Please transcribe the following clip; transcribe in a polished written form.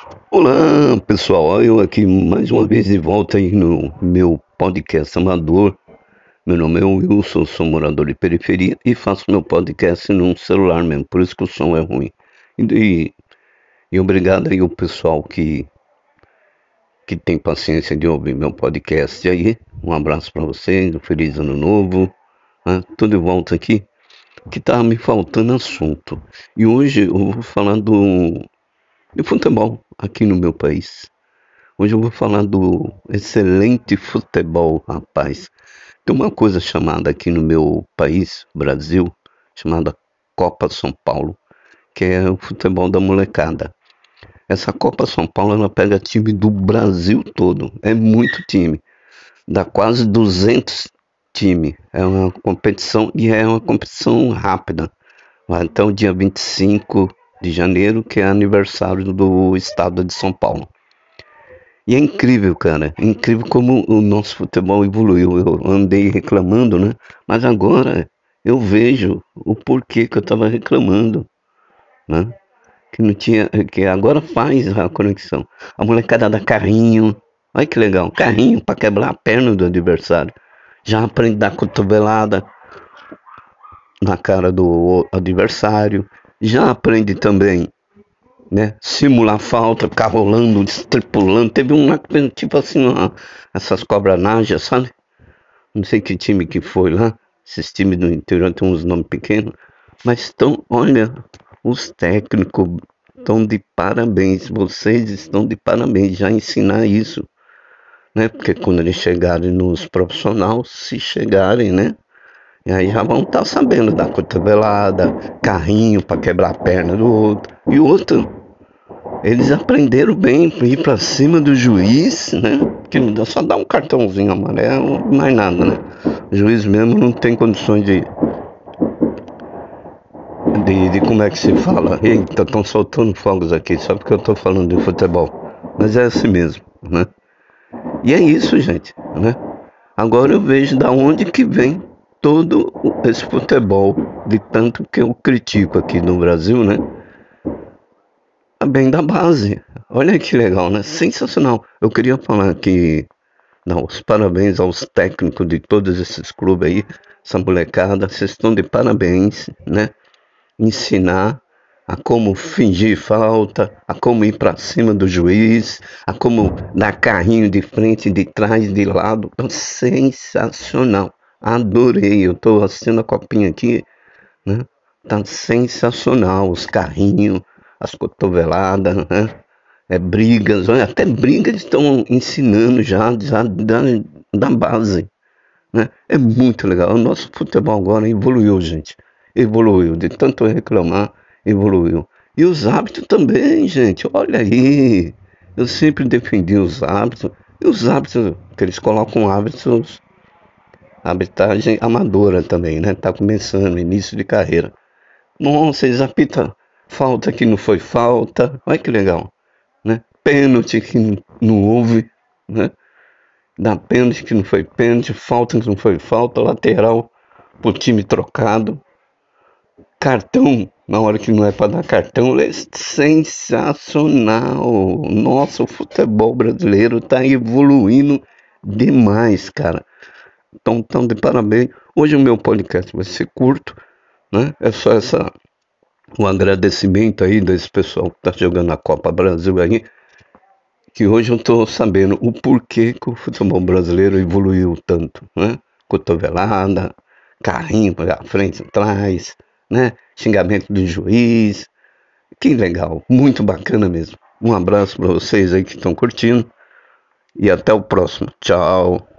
Olá, pessoal. Eu aqui mais uma vez de volta aí no meu podcast amador. Meu nome é Wilson, sou morador de periferia e faço meu podcast num celular mesmo, por isso que o som é ruim. E, e obrigado aí o pessoal que tem paciência de ouvir meu podcast aí. Um abraço para vocês, um feliz ano novo. Tô de volta aqui, que tá me faltando assunto. E hoje eu vou falar de futebol aqui no meu país. Hoje eu vou falar do excelente futebol, rapaz. Tem uma coisa chamada aqui no meu país, Brasil, chamada Copa São Paulo, que é o futebol da molecada. Essa Copa São Paulo, ela pega time do Brasil todo, é muito time, dá quase 200 times. É uma competição e é uma competição rápida. Vai até o dia 25 de janeiro, que é aniversário do estado de São Paulo. E é incrível, cara. É incrível como o nosso futebol evoluiu. Eu andei reclamando, né? Mas agora eu vejo o porquê que eu tava reclamando, né? Que não tinha, que agora faz a conexão. A molecada dá carrinho. Olha que legal, carrinho para quebrar a perna do adversário. Já aprende a dar cotovelada na cara do adversário. Já aprende também, né? Simular falta, ficar rolando, estripulando. Teve um lá que fez, tipo assim, essas cobra naja, sabe? Não sei que time que foi lá. Esses times do interior tem uns nomes pequenos. Mas estão, olha, os técnicos estão de parabéns. Vocês estão de parabéns já ensinar isso, né? Porque quando eles chegarem nos profissionais, se chegarem, né? E aí já vão estar sabendo da cotovelada, carrinho para quebrar a perna do outro. E outro, eles aprenderam bem ir pra cima do juiz, né? Que não dá só dar um cartãozinho amarelo, mais nada, né? O juiz mesmo não tem condições de como é que se fala. Eita, estão soltando fogos aqui, só porque eu tô falando de futebol. Mas é assim mesmo, né? E é isso, gente, né? Agora eu vejo da onde que vem todo esse futebol, de tanto que eu critico aqui no Brasil, né? Bem da base. Olha que legal, né? Sensacional. Eu queria falar que, não, os parabéns aos técnicos de todos esses clubes aí, essa molecada, vocês estão de parabéns, né? Ensinar a como fingir falta, a como ir para cima do juiz, a como dar carrinho de frente, de trás, de lado. Então, sensacional. Adorei. Eu tô assistindo a copinha aqui, né? Tá sensacional. Os carrinhos, as cotoveladas, né? Brigas, olha, até brigas estão ensinando já da base, né? É muito legal. O nosso futebol agora evoluiu, gente. Evoluiu. De tanto reclamar, evoluiu. E os hábitos também, gente. Olha aí. Eu sempre defendi os hábitos. E os hábitos, que eles colocam hábitos, habitagem amadora também, né? Tá começando, início de carreira. Nossa, eles apitam falta que não foi falta. Olha que legal, né? Pênalti que não houve, né? Dá pênalti que não foi pênalti, falta que não foi falta, lateral pro time trocado, cartão na hora que não é para dar cartão, é sensacional. Nossa, o futebol brasileiro tá evoluindo demais, cara. Então, tão de parabéns. Hoje o meu podcast vai ser curto, né? É só um agradecimento aí desse pessoal que tá jogando a Copa Brasil aí, que hoje eu tô sabendo o porquê que o futebol brasileiro evoluiu tanto, né? Cotovelada, carrinho para frente, atrás, né? Xingamento do juiz. Que legal, muito bacana mesmo. Um abraço para vocês aí que estão curtindo e até o próximo. Tchau.